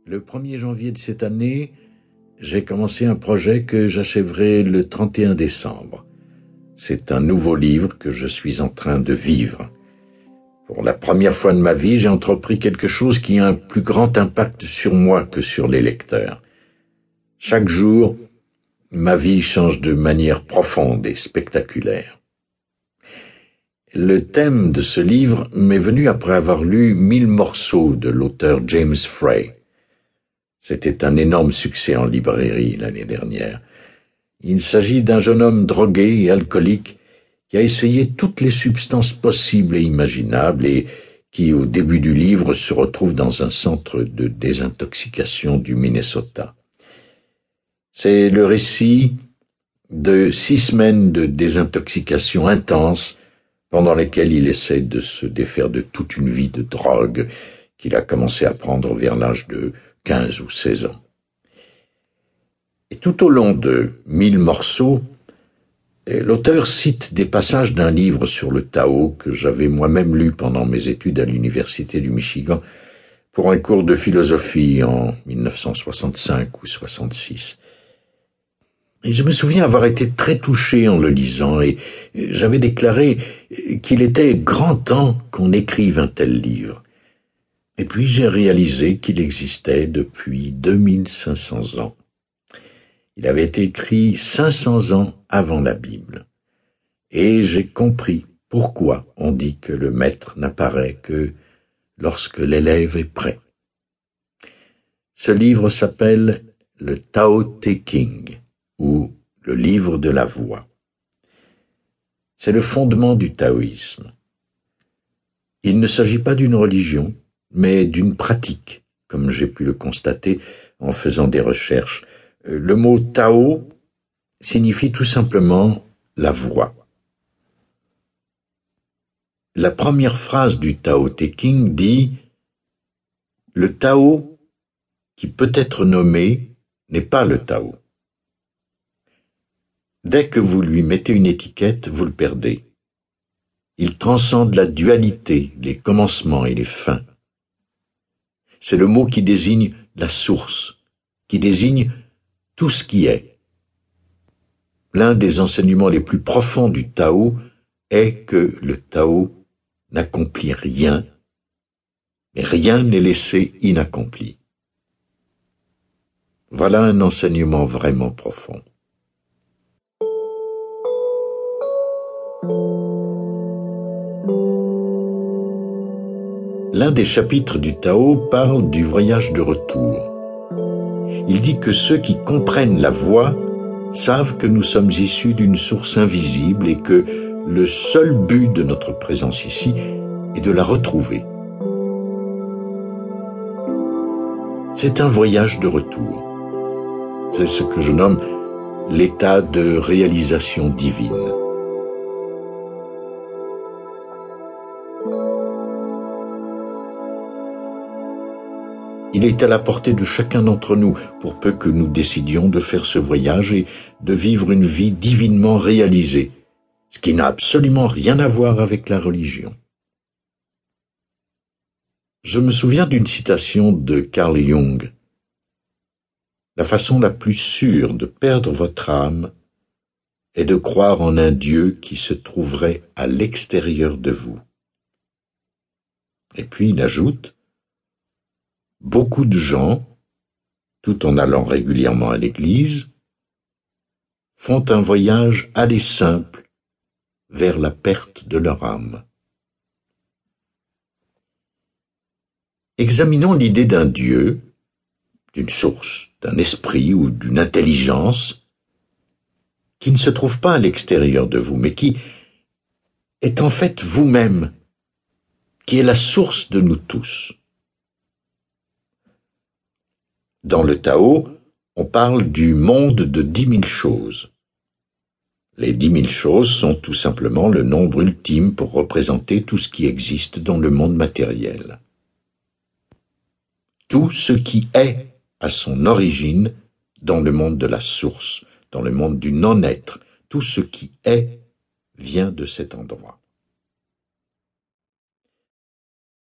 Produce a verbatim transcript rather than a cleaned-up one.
Le premier janvier de cette année, j'ai commencé un projet que j'achèverai le trente et un décembre. C'est un nouveau livre que je suis en train de vivre. Pour la première fois de ma vie, j'ai entrepris quelque chose qui a un plus grand impact sur moi que sur les lecteurs. Chaque jour, ma vie change de manière profonde et spectaculaire. Le thème de ce livre m'est venu après avoir lu Mille morceaux de l'auteur James Frey. C'était un énorme succès en librairie l'année dernière. Il s'agit d'un jeune homme drogué et alcoolique qui a essayé toutes les substances possibles et imaginables et qui, au début du livre, se retrouve dans un centre de désintoxication du Minnesota. C'est le récit de six semaines de désintoxication intense pendant lesquelles il essaie de se défaire de toute une vie de drogue qu'il a commencé à prendre vers l'âge de quinze ou seize ans. Et tout au long de Mille morceaux, l'auteur cite des passages d'un livre sur le Tao que j'avais moi-même lu pendant mes études à l'Université du Michigan pour un cours de philosophie en mille neuf cent soixante-cinq ou soixante-six. Et je me souviens avoir été très touché en le lisant et j'avais déclaré qu'il était grand temps qu'on écrive un tel livre. Et puis j'ai réalisé qu'il existait depuis deux mille cinq cents ans. Il avait été écrit cinq cents ans avant la Bible. Et j'ai compris pourquoi on dit que le maître n'apparaît que lorsque l'élève est prêt. Ce livre s'appelle le Tao Te Ching, ou le livre de la voix. C'est le fondement du taoïsme. Il ne s'agit pas d'une religion, mais d'une pratique, comme j'ai pu le constater en faisant des recherches. Le mot Tao signifie tout simplement la voix. La première phrase du Tao Te Ching dit « Le Tao qui peut être nommé n'est pas le Tao. Dès que vous lui mettez une étiquette, vous le perdez. Il transcende la dualité, les commencements et les fins. C'est le mot qui désigne la source, qui désigne tout ce qui est. L'un des enseignements les plus profonds du Tao est que le Tao n'accomplit rien, mais rien n'est laissé inaccompli. Voilà un enseignement vraiment profond. L'un des chapitres du Tao parle du voyage de retour. Il dit que ceux qui comprennent la voix savent que nous sommes issus d'une source invisible et que le seul but de notre présence ici est de la retrouver. C'est un voyage de retour. C'est ce que je nomme l'état de réalisation divine. Il est à la portée de chacun d'entre nous, pour peu que nous décidions de faire ce voyage et de vivre une vie divinement réalisée, ce qui n'a absolument rien à voir avec la religion. Je me souviens d'une citation de Carl Jung. La façon la plus sûre de perdre votre âme est de croire en un Dieu qui se trouverait à l'extérieur de vous. Et puis il ajoute: beaucoup de gens, tout en allant régulièrement à l'église, font un voyage aller simple vers la perte de leur âme. Examinons l'idée d'un Dieu, d'une source, d'un esprit ou d'une intelligence qui ne se trouve pas à l'extérieur de vous, mais qui est en fait vous-même, qui est la source de nous tous. Dans le Tao, on parle du monde de dix mille choses. Les dix mille choses sont tout simplement le nombre ultime pour représenter tout ce qui existe dans le monde matériel. Tout ce qui est à son origine dans le monde de la source, dans le monde du non-être, tout ce qui est vient de cet endroit.